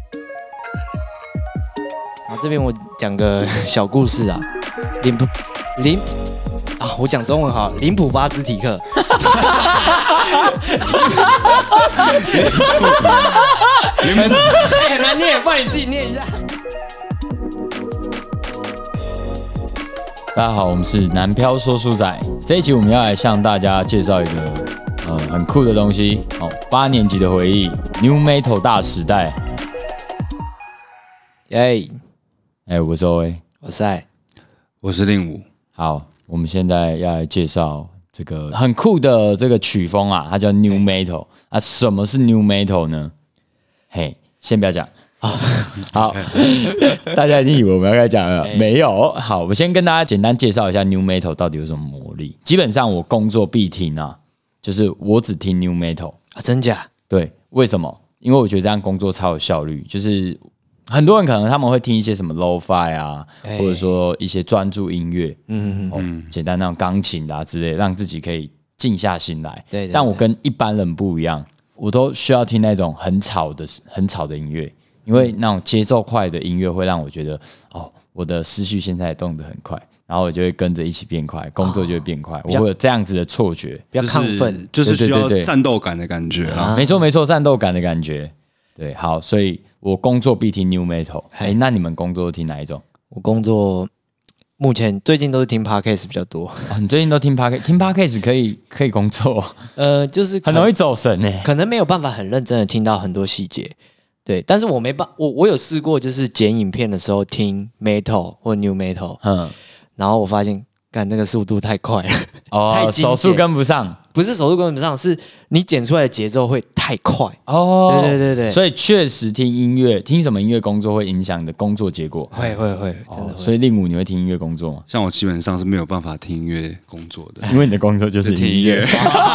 好，这边我讲个小故事啊，我讲中文好，林普巴斯提克。很难念，不然你自己念一下。 大家好，我们是南漂说书仔。这一集我们要来向大家介绍一个很酷的东西哦，8年级的回忆 ，New Metal 大时代。我是 OA， 我是艾， 我是令武。 好，我们现在要来介绍这个很酷的这个曲风啊，它叫 New Metal 啊。什么是 New Metal 呢？嘿，先不要讲。好，大家一定以为我们要开始讲了，没有。好，我先跟大家简单介绍一下 New Metal 到底有什么魔力。基本上我工作必听啊，就是我只听 New Metal 啊，真假？ 对，为什么？因为我觉得这样工作超有效率。就是很多人可能他们会听一些什么 Lo-Fi 啊，或者说一些专注音乐，简单那种钢琴啊之类，让自己可以静下心来。 对， 但我跟一般人不一样，我都需要听那种很吵的音乐。因为那种节奏快的音乐会让我觉得，我的思绪现在动得很快，然后我就会跟着一起变快，工作就会变快，我会有这样子的错觉， 比较亢奋， 就是需要战斗感的感觉啊。 没错，战斗感的感觉。对，好，所以我工作必听 New Metal。那你们工作都听哪一种？ 我工作目前最近都是听 Podcast 比较多。 你最近都听 Podcast， 听 Podcast 可以工作？ 就是很容易走神欸， 可能没有办法很认真的听到很多细节。对，但是我有试过，就是剪影片的时候听 Metal 或 New Metal，然后我发现，干那个速度太快了，太手速跟不上， 不是手速跟不上，是你剪出来的节奏会太快。对， 所以确实听音乐，听什么音乐工作会影响你的工作结果， 会，真的会。 所以令武你会听音乐工作吗？ 像我基本上是没有办法听音乐工作的， 因为你的工作就是听音乐。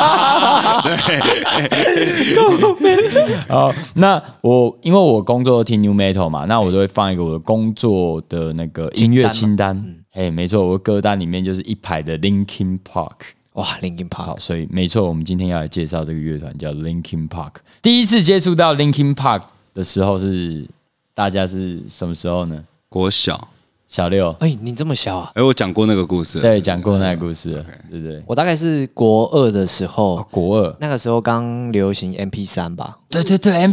好，那因为我工作听 New Metal 嘛，那我都会放一个我的工作的那个音乐清单。没错，我的歌单里面就是一排的 Linkin Park。 哇 ，Linkin Park。 好，所以没错，我们今天要来介绍这个乐团叫 Linkin Park。第一次接触到 Linkin Park 的时候大家是什么时候呢？ 国小。 小六。 你这么小啊？ 我讲过那个故事。 对，讲过那个故事了，对不对？ 我大概是国2的时候， 国2 那个时候刚流行 MP3 吧？ 对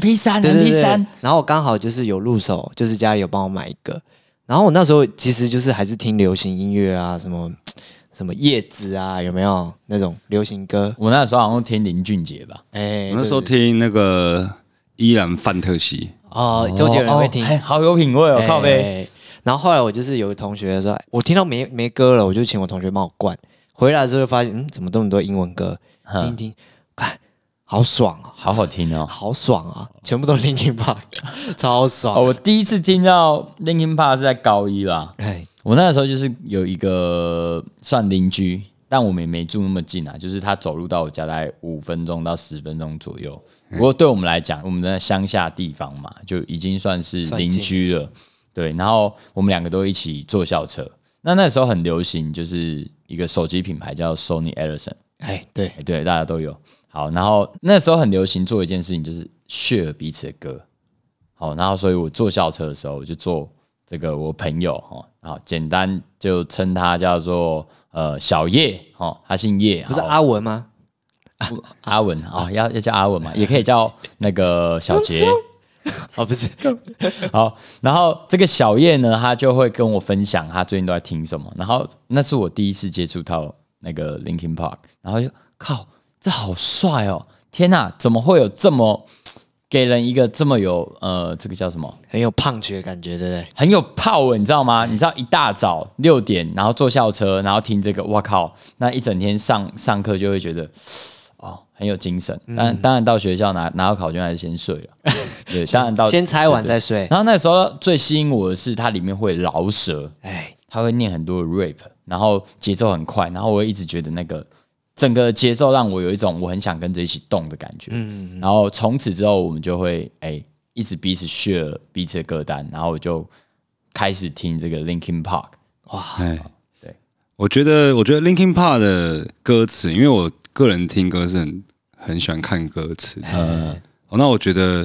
，MP3。 然后我刚好就是有入手，就是家里有帮我买一个。然后我那时候其实就是还是听流行音乐啊，什么叶子啊，有没有那种流行歌？ 我那时候好像听林俊杰吧。 我那时候听那个依然范特西。 周杰伦会听， 好有品味哦，靠北。 然后后来我就是有个同学说，我听到没歌了，我就请我同学帮我灌。回来的时候就发现，怎么这么多英文歌？听一听，看，好爽啊， 好好听哦， 好爽啊，全部都 Linkin Park， 超爽。 我第一次听到 Linkin Park 是在高一啦。我那个时候就是有一个算邻居，但我们也没住那么近啊，就是他走路到我家大概5分钟到10分钟左右。不过对我们来讲，我们在乡下地方嘛，就已经算是邻居了。对，然后我们2个都一起坐校车。那时候很流行，就是一个手机品牌叫 Sony Ericsson。对，大家都有。好，然后那时候很流行做一件事情，就是 share 彼此的歌。好，然后所以我坐校车的时候，我就坐这个我朋友好，简单就称他叫做小叶他姓叶， 不是阿文吗？ 阿文要叫阿文嘛，也可以叫那个小杰。 不是。 好，然后这个小叶呢，他就会跟我分享他最近都在听什么，然后那是我第一次接触到那个 Linkin Park， 然后就靠，这好帅哦！天哪，怎么会有这么给人一个这么有这个叫什么， 很有punch的感觉，对不对？ 很有power，你知道吗？你知道一大早6点，然后坐校车，然后听这个，哇靠，那一整天上课就会觉得很有精神。当然到学校拿到考卷还是先睡了。对，当然先猜完再睡。 然后那时候最吸引我的是它里面会饶舌，它会念很多的 rap， 然后节奏很快，然后我会一直觉得那个整个节奏让我有一种我很想跟着一起动的感觉。然后从此之后我们就会一直彼此 share 彼此的歌单，然后我就开始听这个 Linkin Park。哇，对， 我觉得 Linkin Park 的歌词，因为我个人听歌是很喜欢看歌词。那我觉得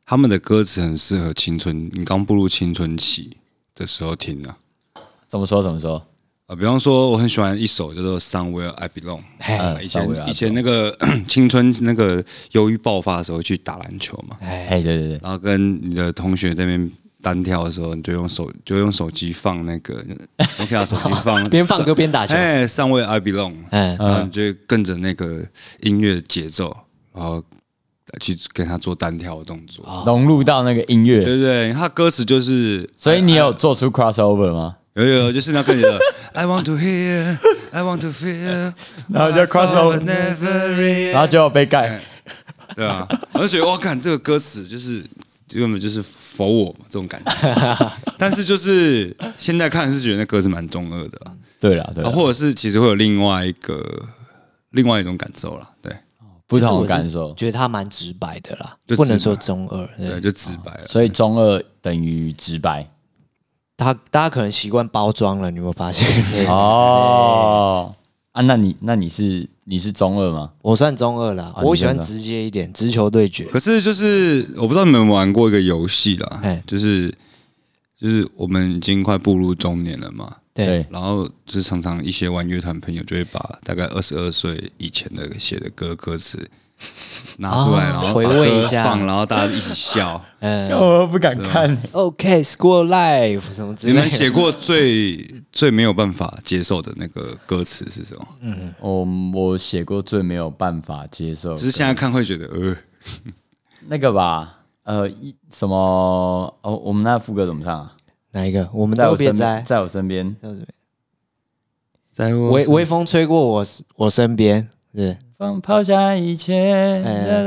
他们的歌词很适合你刚步入青春期的时候听啊。 怎么说？ 比方说我很喜欢一首叫做《Somewhere I Belong》。以前那个青春那个忧郁爆发的时候去打篮球嘛。 对。 然后跟你的同学在那边单挑的时候，你就用手机放那个，我给他手机放， 边放歌边打球。 Somewhere I Belong。然后你就跟着那个音乐节奏，然后去跟他做单挑的动作， 融入到那个音乐。 对，他歌词就是， 所以你有做出 crossover 吗？ 有，就是那个你的 I want to hear, I want to feel， 然后就 crossover， 然后就被盖。 对啊，我就觉得哇，看这个歌词根本就是否我这种感觉。但是就是现在看是觉得那歌是蛮中二的啦。 对啦， 或者是其实会有另外一种感受啦，对。 不同的感受， 觉得他蛮直白的啦，不能说中二， 对，就直白了。 所以中二等于直白。 大家可能习惯包装了，你有没有发现？ 那你是中二吗？ 我算中二啦，我喜欢直接一点，直球对决。 可是就是我不知道你们有没有玩过一个游戏啦，就是我们已经快步入中年了嘛。 对， 然后就是常常一些玩乐团朋友就会把大概22岁以前的写的歌词拿出来，然后回味一下， 放，然后大家一起笑。 我不敢看。 OK，School Life 什么之类的。 你们写过最没有办法接受的那个歌词是什么？ 我写过最没有办法接受， 只是现在看会觉得那个吧，什么我们那副歌怎么唱啊？ 哪一个？我们都别在我身边， 在我微风吹过我身边，对， 放抛下一切。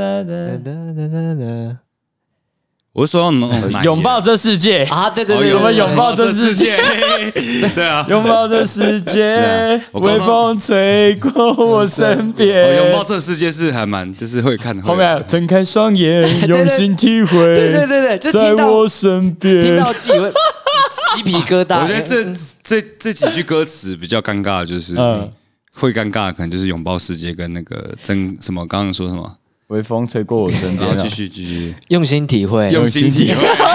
我是说拥抱这世界啊，对， 什么拥抱这世界？ 对啊， 拥抱这世界，微风吹过我身边。 拥抱这世界是还蛮就是会看后面睁开双眼，用心体会。 对，就在我身边， 听到自己会鸡皮疙瘩。 我觉得这几句歌词比较尴尬的就是，会尴尬的可能就是拥抱世界跟那个什么刚刚说什么。 微风吹过我身边， 然后继续用心体会， 用心体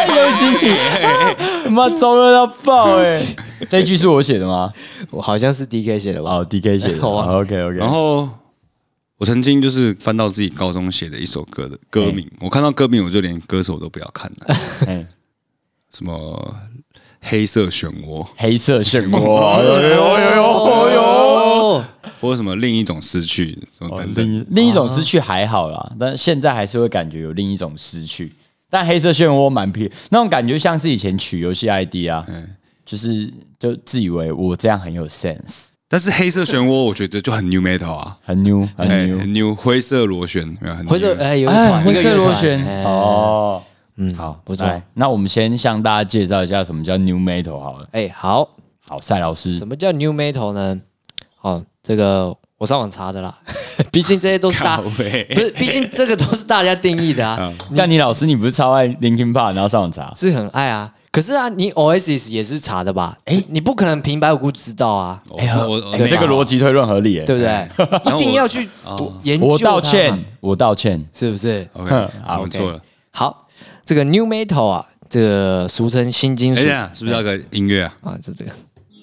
会，妈中二到爆这一句是我写的吗？ 我好像是 DK 写的吧 ？DK 写的。OK。 然后我曾经就是翻到自己高中写的一首歌的歌名，我看到歌名我就连歌手都不要看了。什么黑色漩涡， 黑色漩涡， 或者什么另一种失去，什么等等。 另一种失去还好啦，但现在还是会感觉有另一种失去。但黑色漩涡蛮偏，那种感觉像是以前取游戏 ID 啊，就自以为我这样很有 sense。 但是黑色漩涡我觉得就很 new metal 啊， 很 new， 灰色螺旋， 灰色有一团灰色螺旋好， 不错。 那我们先向大家介绍一下什么叫 new metal 好了。 好， 赛老师， 什么叫 new metal 呢？这个我上网查的啦，毕竟这些都是毕竟这个都是大家定义的啊。 但你老师，你不是超爱 Linkin Park， 然后上网查？ 是很爱啊，可是啊，你 Oasis 也是查的吧？你不可能平白无故知道啊。 这个逻辑推论合理， 对不对？一定要去研究。 我道歉， 是不是 ？OK， 好，错了。 好，这个 New Metal 啊，这个俗称新金属， 是不是要个音乐啊？ 是这个。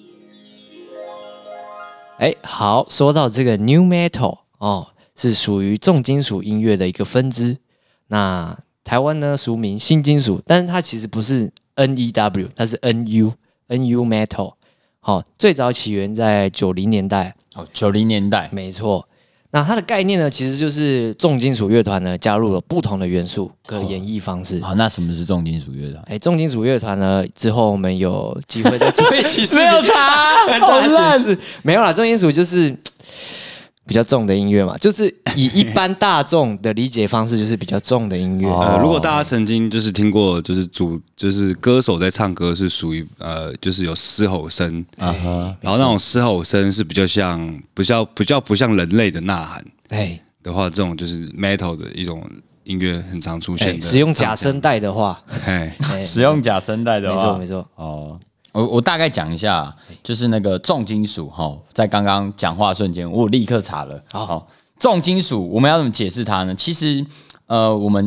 好，说到这个 New Metal 是属于重金属音乐的一个分支。那台湾呢俗名新金属，但是它其实不是 NEW， 它是 NU Metal。最早起源在90年代。 90年代， 没错。那它的概念呢，其实就是重金属乐团呢加入了不同的元素跟演绎方式。 那什么是重金属乐团？ 重金属乐团呢，之后我们有机会再做一期没有查，好烂。 没有啦，重金属就是比较重的音乐嘛，就是以一般大众的理解方式，就是比较重的音乐。 如果大家曾经就是听过，就是歌手在唱歌是属于就是有嘶吼声，然后那种嘶吼声是比较不像人类的呐喊，的话，这种就是 metal 的一种音乐很常出现的。 使用假声带的话， 使用假声带的话， 没错。 我大概讲一下，就是那个重金属在刚刚讲话瞬间，我立刻查了。重金属我们要怎么解释它呢？其实我们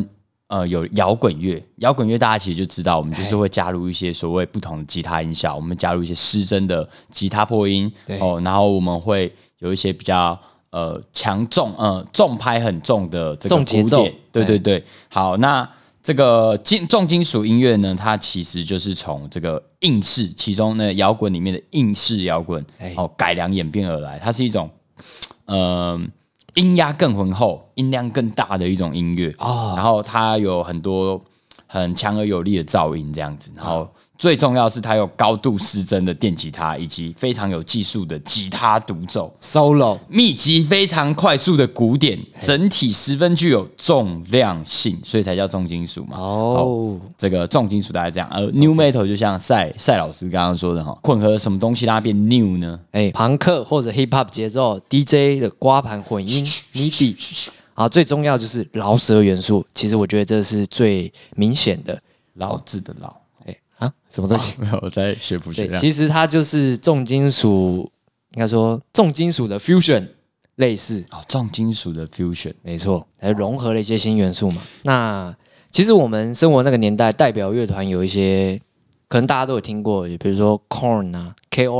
有摇滚乐，摇滚乐大家其实就知道，我们就是会加入一些所谓不同的吉他音效，我们加入一些失真的吉他破音然后我们会有一些比较强重重拍很重的这个鼓点，对，好，那这个重金属音乐呢，它其实就是从这个硬式，其中呢摇滚里面的硬式摇滚改良演变而来，它是一种音压更浑厚、音量更大的一种音乐然后它有很多很强而有力的噪音这样子，然后最重要是它有高度失真的电吉他，以及非常有技术的吉他独奏 solo， 密集非常快速的鼓点，整体十分具有重量性，所以才叫重金属嘛。这个重金属大概这样，New Metal 就像赛老师刚刚说的混合什么东西让它变 New 呢？ 朋克或者 Hip Hop 节奏 ，DJ 的刮盘混音 MIDI， 好，最重要就是饶舌元素。其实我觉得这是最明显的， 老字的老。 什么东西？ 没有，我在学补学。 其实它就是重金属，应该说重金属的 fusion 类似。 重金属的 fusion， 没错，还融合了一些新元素嘛。那其实我们生活那个年代，代表乐团有一些，可能大家都有听过，比如说 Korn 啊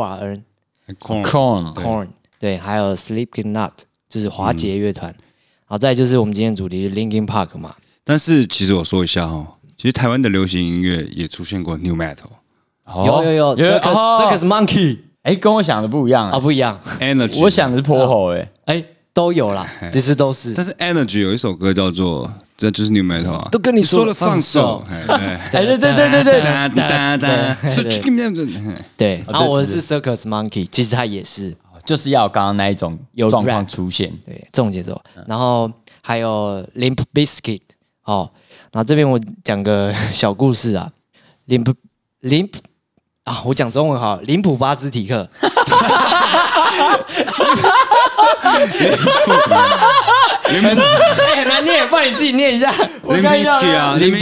，Korn， 对，还有 Slipknot， 就是滑结乐团。好，再就是我们今天主题 Linkin Park 嘛。 但是其实我说一下其实台湾的流行音乐也出现过 New Metal， 有 Circus Monkey， 跟我想的不一样不一样 ，Energy， 我想的是 Poho 都有啦，其实都是。 但是 Energy 有一首歌叫做，这就是 New Metal 啊， 都跟你说了放手， 对， 对，然后我是 Circus Monkey， 其实他也是， 就是要刚刚那一种状况出现， 对，这种节奏。然后还有 Limp Bizkit， 然后这边我讲个小故事啊 ，Limp 我讲中文好，林普巴兹提克。很难念，不然你自己念一下。 Limp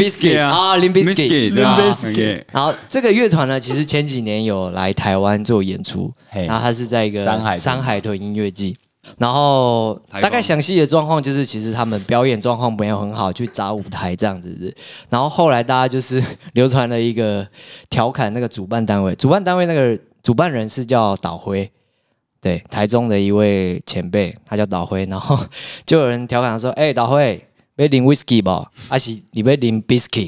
Bizkit。 然后这个乐团呢，其实前几年有来台湾做演出，然后它是在一个山海豚音乐季。然后大概详细的状况就是，其实他们表演状况没有很好，去砸舞台这样子。然后后来大家就是流传了一个调侃那个主办单位那个主办人是叫岛辉，对，台中的一位前辈，他叫岛辉。然后就有人调侃说：“岛辉，要啉 whisky 吧？还是你要啉 biscuit？”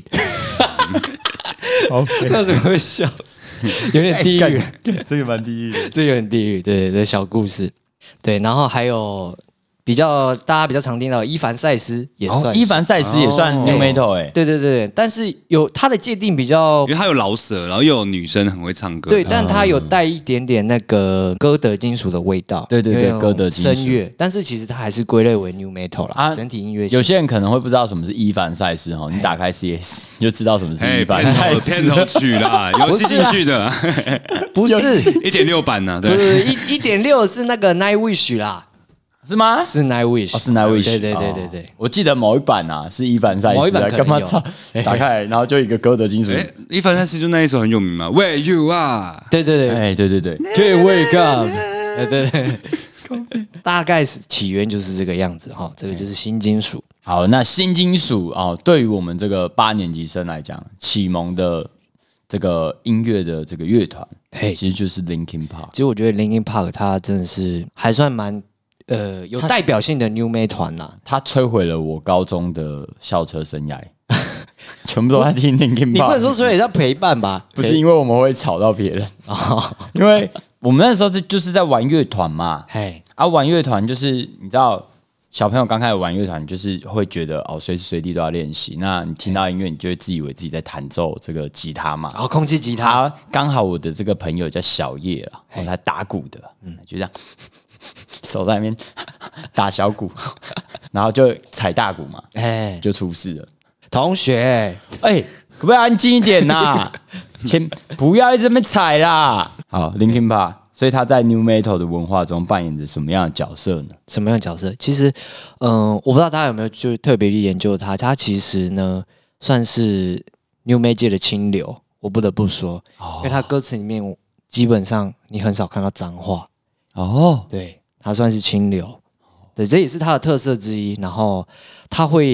那时候会笑死，有点地狱， 这个蛮地狱的， 这有点地狱，对，小故事。对，然后还有大家比较常听到伊凡赛斯也算， 伊凡赛斯也算 New Metal 对，但是有它的界定比较， 因为它有饶舌，然后又有女生很会唱歌， 对，但它有带一点点那个哥德金属的味道， 对，哥德金属声乐，但是其实它还是归类为 New Metal 啦，整体音乐。 有些人可能会不知道什么是伊凡赛斯你打开 CS 你就知道什么是伊凡赛斯， 片头曲啦，游戏进去的， 不是 1.6 版呢， 对，1.6是那个 Nightwish 啦。 是吗？ 是 Nightwish， 是 Nightwish， 对。 我记得某一版是伊凡赛斯， 某一版干嘛操？打开来，然后就一个哥德金属。 伊凡赛斯就那一首很有名嘛 ，Where You Are。 对， 对。 Can't wake up。对。大概是起源就是这个样子这个就是新金属。 好，那新金属对于我们这个8年级生来讲，启蒙的这个音乐的这个乐团，其实就是 Linkin Park。 其实我觉得 Linkin Park 它真的是还算蛮。有代表性的 New Metal 团啦， 它摧毁了我高中的校车生涯，全部都在听 Linkin Park。 你不能说所以要陪伴吧？ 不是因为我们会吵到别人因为我们那时候就是在玩乐团嘛，玩乐团就是你知道，小朋友刚开始玩乐团，就是会觉得随时随地都要练习。那你听到音乐，你就会自以为自己在弹奏这个吉他嘛， 空气吉他。 刚好我的这个朋友叫小叶啦，他打鼓的，就这样。手在那边打小鼓，然后就踩大鼓嘛，就出事了。 同学， 可不可以安静一点呐？不要一直在那边踩啦。好 ，Linkin Park， 所以他在 New Metal 的文化中扮演着什么样的角色呢？ 什么样的角色？其实，我不知道大家有没有就特别去研究他。他其实呢，算是 New Metal 界的清流，我不得不说，因为他歌词里面基本上你很少看到脏话。对，他算是清流，对，这也是他的特色之一。然后他会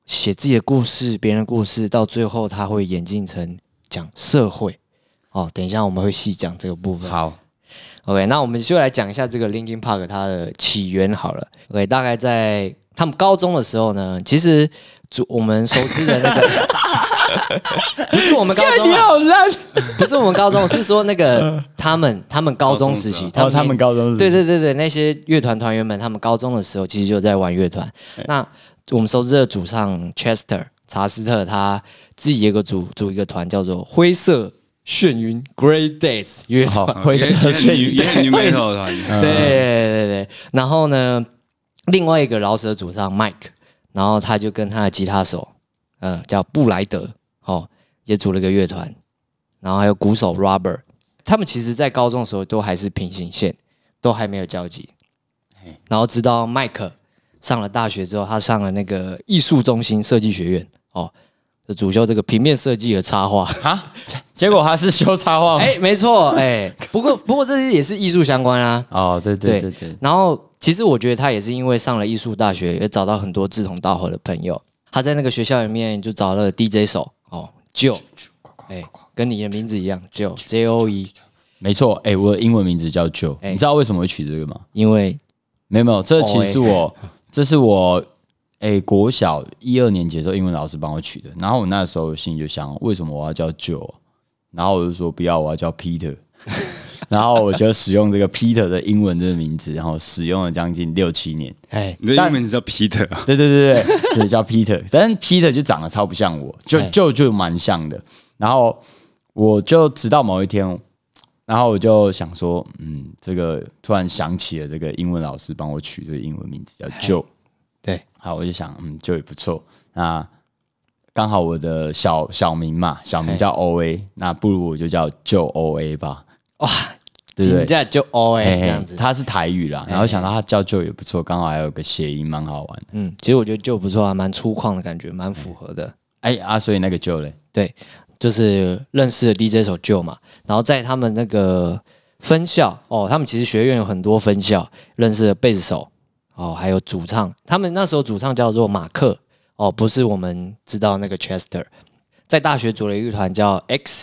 写自己的故事、别人的故事，到最后他会演进成讲社会。哦，等一下我们会细讲这个部分。 好 ，OK， 那我们就来讲一下这个 Linkin Park 它的起源好了。OK， 大概在他们高中的时候呢，其实我们熟知的那个不是我们高中、 你好烂， 不是我们高中，是说那个他们高中时期， 他们高中时期， 对，那些乐团团员们，他们高中的时候其实就在玩乐团。那我们熟知的主唱 Chester 查斯特，他自己有个组一个团叫做灰色眩晕 Grey Days 乐团， 灰色眩晕也很 new metal 团， 对。然后呢，另外一个饶舌主唱 Mike， 然后他就跟他的吉他手，叫布莱德，也组了一个乐团。然后还有鼓手 Robert， 他们其实在高中的时候都还是平行线，都还没有交集。然后直到 Mike 上了大学之后，他上了那个艺术中心设计学院，就主修这个平面设计的插画。 啊，结果他是修插画吗？ 没错，不过这些也是艺术相关啊。 哦，对。 然后其实我觉得他也是因为上了艺术大学，也找到很多志同道合的朋友。他在那个学校里面就找了 DJ 手Joe， 跟你的名字一样 Joe， 没错，我的英文名字叫 Joe，你知道为什么会取这个吗？ 因为没有，这其实这是我国小1、2年级的时候，英文老师帮我取的。然后我那时候心里就想，为什么我要叫 Joe？ 然后我就说不要，我要叫 Peter。然后我就使用这个 Peter 的英文这个名字，然后使用了将近6、7年。 你的英文名字叫 Peter 啊？ 对，叫 Peter。但是 Peter 就长得超不像我，就蛮像的。然后我就直到某一天，然后我就想说，这个突然想起了这个英文老师帮我取这个英文名字叫 Joe。 对， 好，我就想，Joe 也不错。那刚好我的小名嘛，小名叫 OA， 那不如我就叫 Joe OA 吧。 哇， 对不对？ 叫就 OA 这样子。 他是台语啦，然后想到他叫 Joe 也不错，刚好还有个谐音，蛮好玩的。 其实我觉得 Joe 不错啊，蛮粗犷的感觉，蛮符合的。 所以那个 Joe 嘞？ 对，就是认识了 DJ 手 Joe 嘛，然后在他们那个分校他们其实学院有很多分校，认识了贝斯手还有主唱，他们那时候主唱叫做马克不是我们知道那个 Chester， 在大学组了一个团叫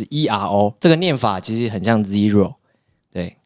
XERO， 这个念法其实很像 Zero， 对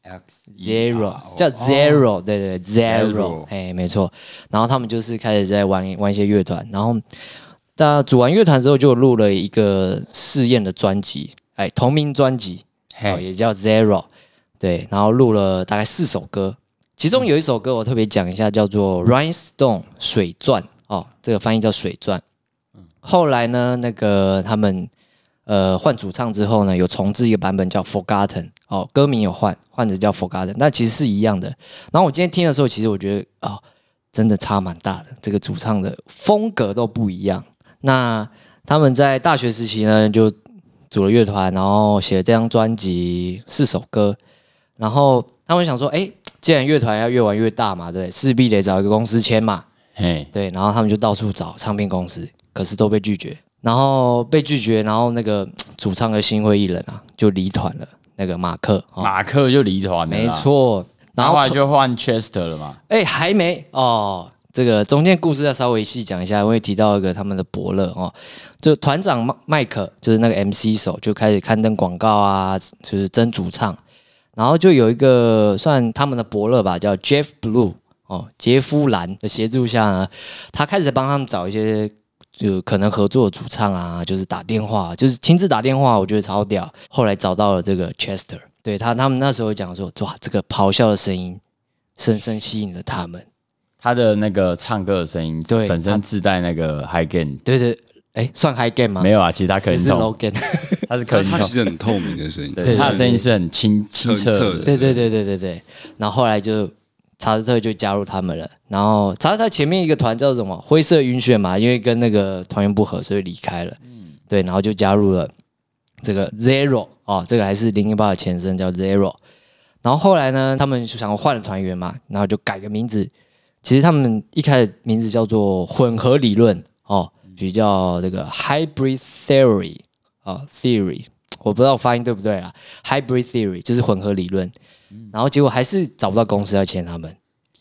，Zero 叫 Zero， 对 Zero， 没错。然后他们就是开始在玩一些乐团，然后组完乐团之后就录了一个试验的专辑，同名专辑也叫 Zero， 对，然后录了大概4首歌。其中有一首歌我特别讲一下，叫做 Rhinestone 水钻这个翻译叫水钻。后来呢，那个他们换主唱之后呢，有重制一个版本叫 Forgotten 歌名有换成叫 Forgotten， 但其实是一样的。然后我今天听的时候，其实我觉得真的差蛮大的，这个主唱的风格都不一样。那他们在大学时期呢，就组了乐团，然后写了这张专辑4首歌，然后他们想说，既然乐团要越玩越大嘛，对，势必得找一个公司签嘛，对，然后他们就到处找唱片公司，可是都被拒绝，然后那个主唱的心灰意冷就离团了，那个马克就离团了， 没错，然后后来就换 Chester 了嘛， 还没这个中间故事要稍微细讲一下，我会提到一个他们的伯乐就团长麦克，就是那个 MC 手，就开始刊登广告啊，就是争主唱。然后就有一个算他们的伯乐吧，叫 Jeff Blue 杰夫兰的协助下呢，他开始帮他们找一些就可能合作的主唱啊，就是打电话，就是亲自打电话，我觉得超屌。后来找到了这个 Chester， 对他们那时候讲说，哇，这个咆哮的声音深深吸引了他们。 他的那个唱歌的声音，对，本身自带那个 high gain， 对，算 high gain 吗？ 没有啊，其实他可能 low gain， 他是可能他其实很透明的声音， 对，他的声音是很清澈的， 对。然后后来就查斯特就加入他们了，然后查斯特前面一个团叫什么灰色晕眩嘛，因为跟那个团员不合，所以离开了，对，然后就加入了这个 Zero 这个还是Linkin Park的前身叫 Zero， 然后后来呢，他们就想换了团员嘛，然后就改个名字。其实他们一开始名字叫做混合理论比较这个 Hybrid Theory Theory， 我不知道我发音对不对啊 ，Hybrid Theory 就是混合理论，然后结果还是找不到公司要签他们，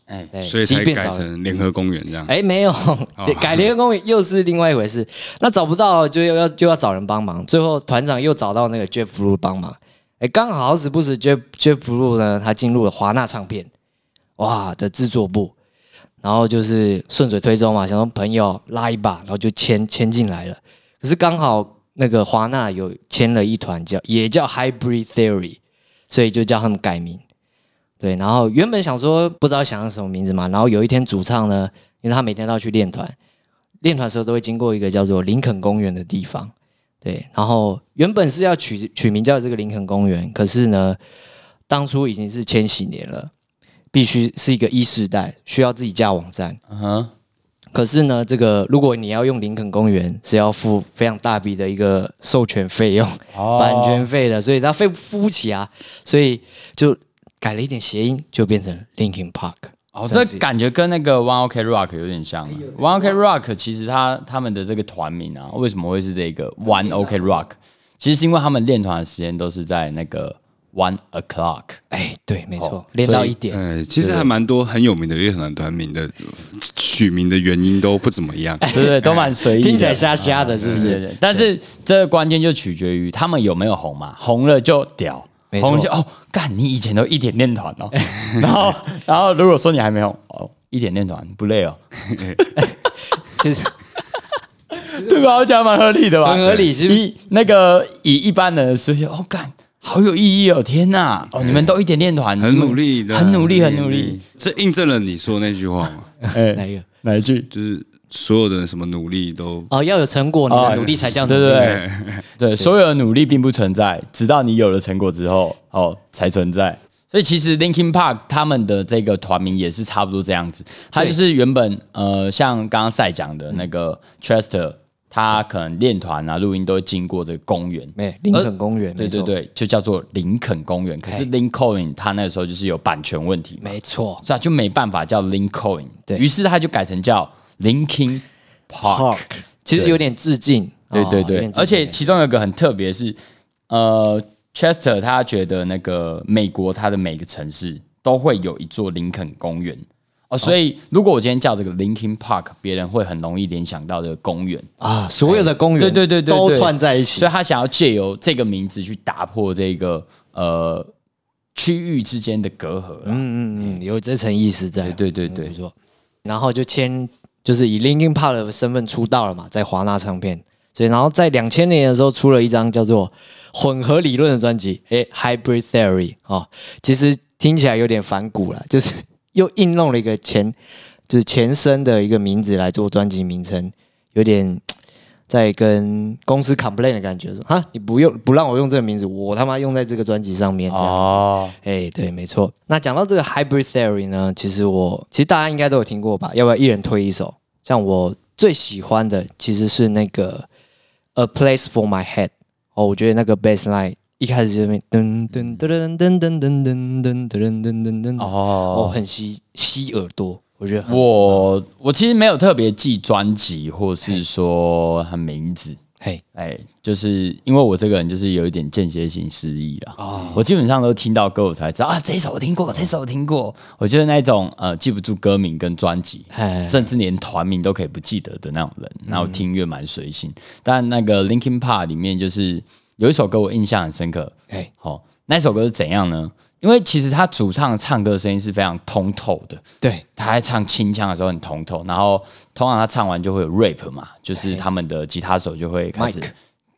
所以才改成联合公园这样。 没有，改联合公园又是另外一回事。那找不到就要找人帮忙，最后团长又找到那个 Jeff Blue 帮忙。刚好好死不死 Jeff Blue 呢，他进入了华纳唱片的制作部，然后就是顺水推舟嘛，想说朋友拉一把，然后就签进来了。可是刚好那个华纳有签了一团也叫 Hybrid Theory， 所以就叫他们改名。对，然后原本想说不知道想要什么名字嘛，然后有一天主唱呢，因为他每天都要去练团的时候都会经过一个叫做林肯公园的地方，对，然后原本是要取名叫这个林肯公园，可是呢，当初已经是千禧年了，必须是一个E世代，需要自己架网站，可是呢，这个如果你要用林肯公园，是要付非常大笔的一个授权费用、版权费的，所以他付不起啊，所以就改了一点谐音，就变成 Linkin Park。 这感觉跟那个 One OK Rock 有点像。One OK Rock 其实他们的这个团名啊，为什么会是这个 One OK Rock？ 其实是因为他们练团的时间都是在那个 1 o'clock。 对，没错，练到1点。 其实还蛮多很有名的乐团团名的取名的原因都不怎么样， 对，都蛮随意的， 听起来瞎瞎的，是不是？ 对，但是这个关键就取决于他们有没有红嘛，红了就屌。红就干，你以前都1点练团哦，然后如果说你还没红1点练团不累哦， 其实对吧？我讲蛮合理的吧？ 很合理， 以一般人的思维，干好有意义哦，天哪！你们都1点练团， 很努力的， 很努力， 这印证了你说那句话嘛？ 哪一句？ 就是所有的什么努力都要有成果，你的努力才叫努力。 对，所有的努力并不存在，直到你有了成果之后，才存在。所以其实 Linkin Park 他们的这个团名也是差不多这样子，他就是原本像刚刚赛讲的那个 Chester， 他可能练团啊、录音都会经过这个公园， 林肯公园， 对，就叫做林肯公园。可是 Lincoln 他那个时候就是有版权问题， 没错， 所以就没办法叫 Lincoln， 于是他就改成叫 Linkin Park， 其实有点致敬， 对，而且其中有一个很特别是，Chester 他觉得那个美国他的每个城市都会有一座林肯公园所以如果我今天叫这个 Linkin Park， 别人会很容易联想到这个公园所有的公园对都串在一起， 所以他想要借由这个名字去打破这个区域之间的隔阂有这层意思在， 对， 没错，然后就是以 Linkin Park 的身份出道了嘛，在华纳唱片，所以然后在2000年的时候出了一张叫做混合理论的专辑，Hybrid Theory 其实听起来有点反骨了，就是又应用了一个前身的一个名字来做专辑名称，有点在跟公司 complain 的感觉，说你不让我用这个名字，我他妈用在这个专辑上面对，没错。那讲到这个 Hybrid Theory 呢，其实大家应该都有听过吧？要不要一人推一首？像我最喜欢的其实是那个 A Place for My Head，我觉得那个 bass line 一开始就那边噔噔噔噔噔噔噔噔噔噔噔很吸耳朵。我觉得我其实没有特别记专辑或是说他名字，就是因为我这个人就是有一点间歇性失忆啦。我基本上都听到歌我才知道这一首我听过，这首我听过。我觉得那种记不住歌名跟专辑，甚至连团名都可以不记得的那种人，然后听乐蛮随性。但那个 Linkin Park 里面就是有一首歌我印象很深刻，那首歌是怎样呢？因为其实他主唱唱歌的声音是非常通透的， 对， 他在唱清腔的时候很通透，然后通常他唱完就会有 rap 嘛，就是他们的吉他手就会开始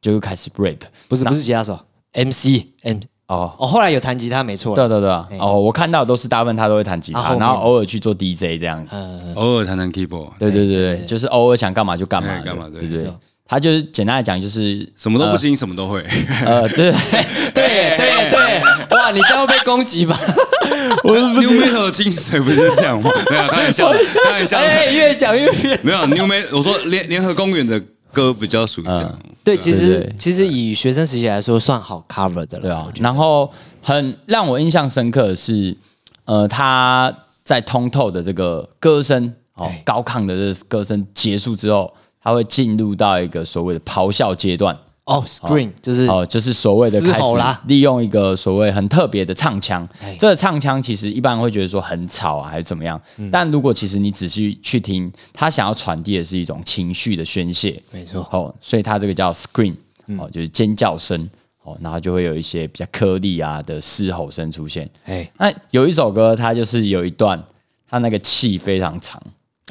rap， 不是吉他手 MC 后来有弹吉他没错， 对我看到都是大部分他都会弹吉他，然后偶尔去做 DJ 这样子， 偶尔弹 keyboard， 对，就是偶尔想干嘛就干嘛，对。他就是简单来讲，就是什么都不行，什么都会。 对， 哇，你这样会被攻击吧？ 我 New Metal 的精髓不是这样吗？没有，开玩笑。 越讲越偏。 没有 New Metal， 我说联合公园的歌比较属于这样。 对，其实以学生时期来说，算好 cover 的了。 对啊，然后很让我印象深刻的是，他在通透的这个歌声，高亢的这个歌声结束之后。他会进入到一个所谓的咆哮阶段哦，scream 就是所谓的开始利用一个所谓很特别的唱腔。这个唱腔其实一般人会觉得说很吵啊，还是怎么样？但如果其实你仔细去听，他想要传递的是一种情绪的宣泄。 没错。 所以他这个叫 scream，就是尖叫声。然后就会有一些比较颗粒啊的嘶吼声出现。那有一首歌，它就是有一段，它那个气非常长。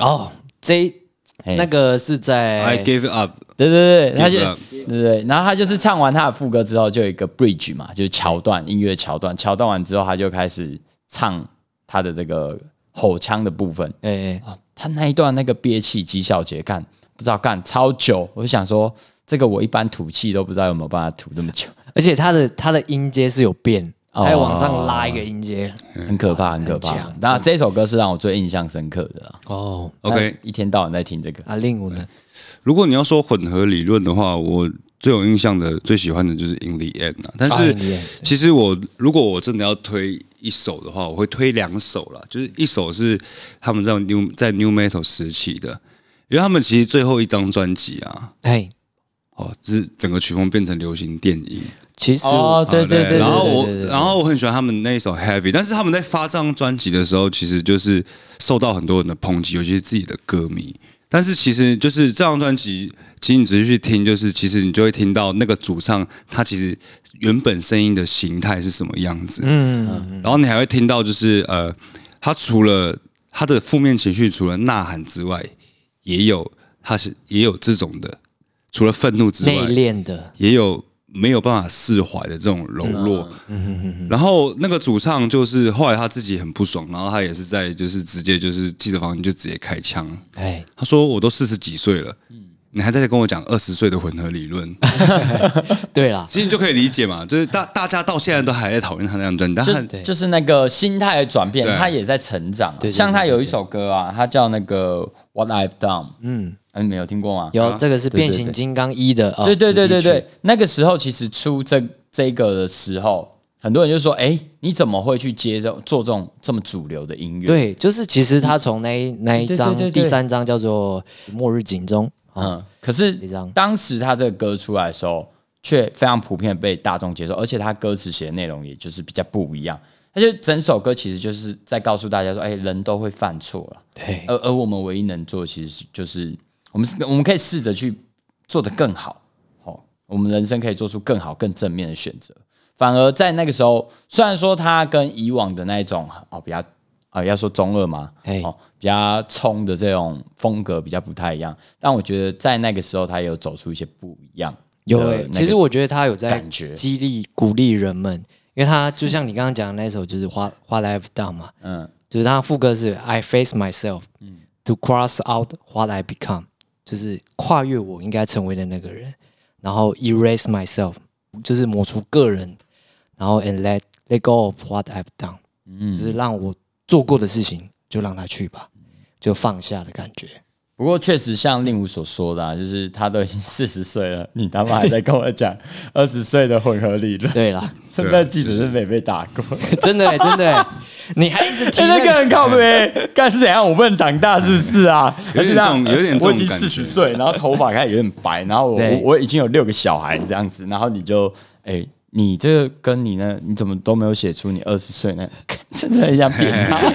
那个是在 I gave it up， 对，他就对，然后他就是唱完他的副歌之后，就有一个 bridge 嘛，就是桥段，音乐桥段，桥段完之后，他就开始唱他的这个吼腔的部分。他那一段那个憋气几小节干，不知道干超久，我就想说，这个我一般吐气都不知道有没有办法吐那么久， 而且他的音阶是有变。还有往上拉一个音阶， 很可怕，很可怕。那这首歌是让我最印象深刻的啦。 OK， 一天到晚在听这个。 令武呢？ 如果你要说混合理论的话，我最有印象的、最喜欢的就是 In the End 啊。但是其实如果我真的要推一首的话，我会推2首啦。就是一首是他们在 New Metal 时期的，因为他们其实最后一张专辑啊，是整个曲风变成流行电音。 其实对， 然后我很喜欢他们那一首 Heavy， 但是他们在发这张专辑的时候，其实就是受到很多人的抨击，尤其是自己的歌迷。但是其实就是这张专辑，其实你仔细去听，就是其实你就会听到那个主唱他其实原本声音的形态是什么样子。然后你还会听到就是他除了他的负面情绪，除了呐喊之外，也有这种的，除了愤怒之外， 内敛的也有。没有办法释怀的这种柔弱，然后那个主唱就是后来他自己很不爽，然后他也是在就是直接就是记者房间就直接开枪，他说我都40几岁了，你还在跟我讲20岁的混合理论， 对啦， 其实你就可以理解嘛，就是大家到现在都还在讨论他那张专辑， 就是那个心态的转变，他也在成长。像他有一首歌啊，他叫那个 What I've Done，没有听过吗？ 有，这个是变形金刚1的。 对，那个时候其实出这个的时候，很多人就说：“你怎么会去做这种这么主流的音乐？” 对，就是其实他从那一张第3张叫做《末日警钟》， 可是当时他这个歌出来的时候，却非常普遍被大众接受，而且他歌词写的内容也就是比较不一样。他就整首歌其实就是在告诉大家说：“人都会犯错了。”对，而我们唯一能做，其实就是我们可以试着去做得更好，我们人生可以做出更好、更正面的选择。反而在那个时候，虽然说他跟以往的那一种比较要说中二嘛，比较冲的这种风格比较不太一样，但我觉得在那个时候他也有走出一些不一样。 其实我觉得他有在激励、鼓励人们，因为他就像你刚刚讲的那首，就是 What I've Done 嘛，就是他副歌是 I face myself to cross out what I become。就是跨越我应该成为的那个人，然后 erase myself， 就是抹除个人，然后 and let go of what I've done，就是让我做过的事情就让他去吧，就放下的感觉。 不过确实像令武所说的，就是他都已经40岁了，你他妈还在跟我讲20岁的混合理论？ 对啦， 现在记者是没被打过， 真的你还一直提那个很靠北，干是怎样？我不能长大是不是啊？ 有点这种我已经40岁，然后头发开始有点白，然后我已经有6个小孩这样子，然后你就你这个跟你呢，你怎么都没有写出你20岁呢？真的很像变态。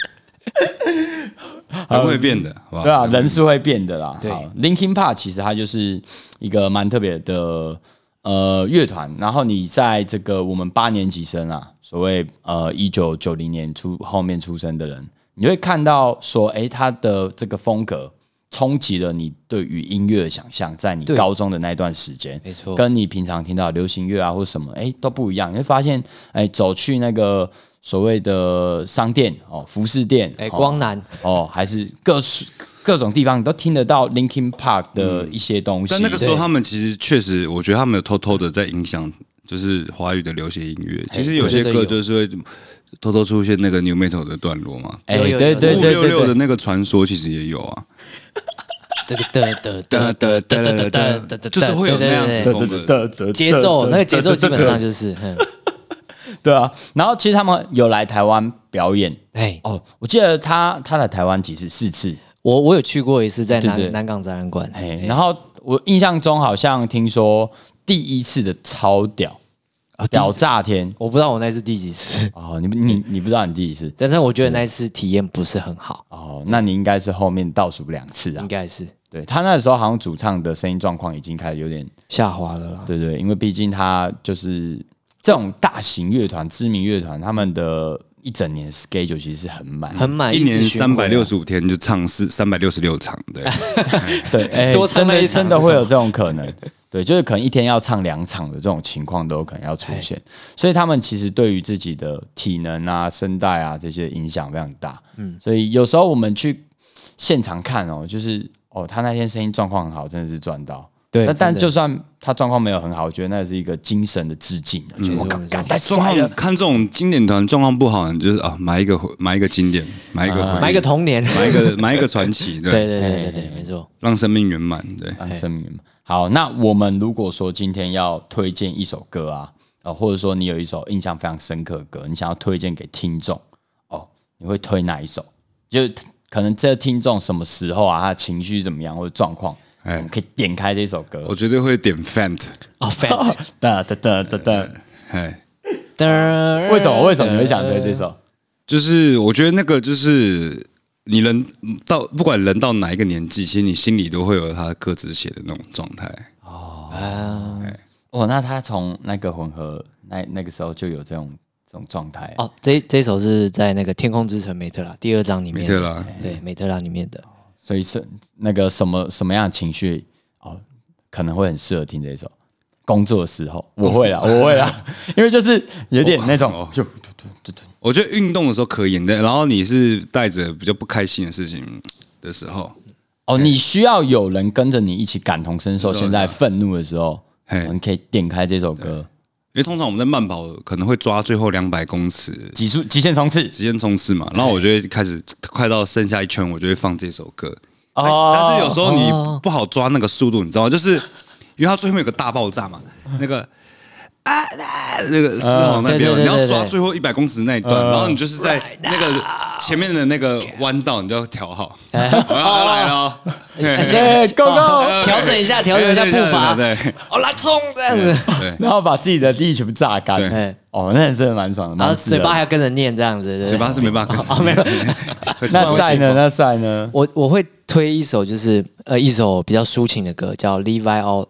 人会变的，好不好？ 对啊，人是会变的啦。 对 ，Linkin Park 其实它就是一个蛮特别的乐团。然后你在这个我们8年级生啊，所谓1990年后面出生的人，你会看到说，他的这个风格冲击了你对于音乐的想象，在你高中的那段时间， 没错， 跟你平常听到的流行乐啊或什么，都不一样。你会发现，走去那个所谓的商店服饰店， 光南还是各种地方，你都听得到 Linkin Park 的一些东西。 但那个时候他们其实确实，我觉得他们有偷偷的在影响，就是华语的流行音乐。其实有些歌就是会偷偷出现那个 New Metal 的段落嘛。 对 566的那个传说其实也有啊。 这个就是会有那样子风格节奏，那个节奏基本上就是对啊。然后其实他们有来台湾表演，我记得他来台湾其实4次， 我有去过一次，在南港展览馆。 然后我印象中好像听说第一次的超屌。屌炸天！ 我不知道我那次第几次哦，你不知道你第几次， 但是我觉得那次体验不是很好哦。那你应该是后面倒数2次啊， 应该是。 对，他那时候好像主唱的声音状况已经开始有点下滑了啦。 对，因为毕竟他就是这种大型乐团、知名乐团，他们的一整年 schedule 其实是很满， 一年365天就唱366场，对对，多真的会有这种可能。对，就是可能一天要唱2场的这种情况都有可能要出现，所以他们其实对于自己的体能啊、声带啊这些影响非常大。所以有时候我们去现场看哦，就是他那天声音状况很好，真的是赚到。对，但就算他状况没有很好，我觉得那是一个精神的致敬。觉得我干太帅了。 看这种经典团状况不好，就是买一个经典，买一个童年， 买一个传奇。 对，没错， 让生命圆满。对， 让生命圆满。好，那我们如果说今天要推荐一首歌啊，或者说你有一首印象非常深刻的歌，你想要推荐给听众你会推哪一首？就可能这听众什么时候啊，他的情绪怎么样或者状况，我们可以点开这首歌。 我绝对会点 Fant。 Fant。 为什么你会想推这首？ 就是我觉得那个就是你不管人到哪一个年纪，其实你心里都会有他歌词写的那种状态。 那他从那个混合那个时候就有这种状态。 这首是在那个《天空之城》美特拉第2章里面。 美特拉， 对，美特拉里面的。 所以是那个什么样的情绪可能会很适合听这首。工作的时候，我会啦，因为就是有点那种我觉得运动的时候可以，然后你是带着比较不开心的事情的时候， 你需要有人跟着你一起感同身受，现在愤怒的时候，你可以点开这首歌。 因为通常我们在慢跑可能会抓最后200公尺极限冲刺嘛，然后我就会开始快到剩下1圈，我就会放这首歌。但是有时候你不好抓那个速度，你知道吗？就是因为它最后面有个大爆炸嘛，那个那个狮吼那边，你要抓最后100公尺那一段，然后你就是在那个前面的那个弯道，你就要调好。我要来了 ，Go Go， 调整一下步伐， 对， 来冲这样子， 然后把自己的力全部榨干。那真的蛮爽的， 然后嘴巴还要跟着念这样子， 嘴巴是没办法跟着。 没有。 那赛呢？ 我会推一首就是一首比较抒情的歌，叫 Leave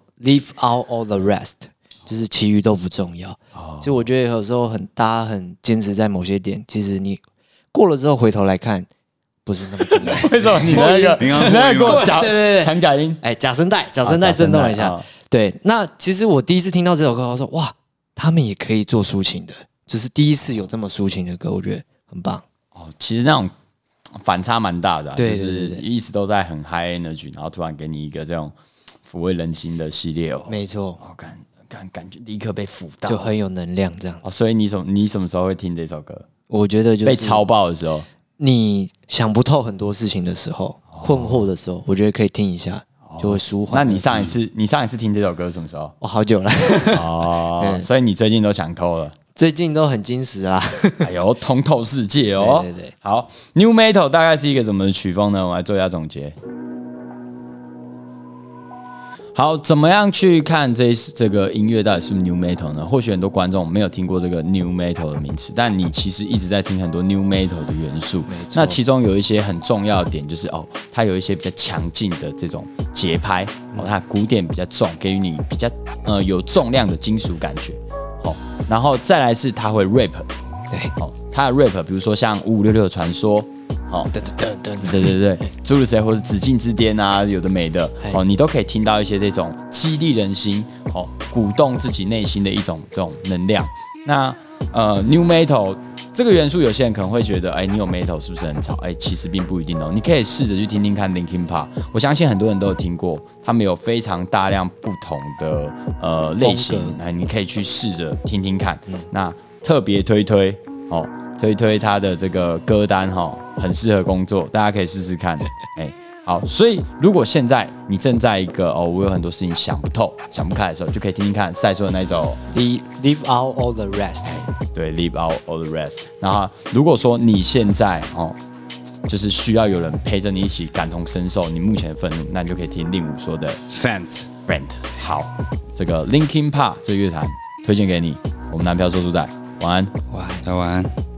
Out All the Rest。就是其余都不重要，就我觉得有时候大家很坚持在某些点，其实你过了之后回头来看，不是那么重要。 为什么你那个给我强假音？ 假声带震动了一下。对，那其实我第一次听到这首歌，我说哇，他们也可以做抒情的，就是第一次有这么抒情的歌，我觉得很棒。 其实那种反差蛮大的， 对， 就是一直都在很 high energy， 然后突然给你一个这种抚慰人心的系列没错。 感觉立刻被抚到， 就很有能量这样。 所以你什么时候会听这首歌？ 我觉得就是被超爆的时候， 你想不透很多事情的时候，困惑的时候，我觉得可以听一下，就会舒缓。 那你上一次听这首歌是什么时候？ 好久了。 所以你最近都想透了， 最近都很矜持啦。 哎呦，通透世界哦。 对。 好 ，New Metal 大概是一个怎么的曲风呢？我来做一下总结。好，怎么样去看这个音乐到底是不是 New Metal 呢？或许很多观众没有听过这个 New Metal 的名词，但你其实一直在听很多 New Metal 的元素。那其中有一些很重要的点就是它有一些比较强劲的这种节拍，它鼓点比较重，给予你比较有重量的金属感觉。然后再来是它会 rap， 对，它的 rap 比如说像5566的传说。对，诸如此类，或是紫禁之巅啊，有的没的，你都可以听到一些这种激励人心，鼓动自己内心的一种这种能量。那New Metal 这个元素，有些人可能会觉得，New Metal 是不是很吵？其实并不一定哦。你可以试着去听听看 Linkin Park， 我相信很多人都有听过，他们有非常大量不同的类型，你可以去试着听听看。那特别推他的这个歌单很适合工作，大家可以试试看。好，所以如果现在你正在一个我有很多事情想不透、想不开的时候，就可以听听看赛说的那首 Leave Out All the Rest。 对 ，Leave Out All the Rest。然后如果说你现在就是需要有人陪着你一起感同身受你目前的愤怒，那你就可以听令武说的 Fant。 Different。好，这个 Linkin Park 这个乐团推荐给你，我们男票说书仔，晚安， 晚安。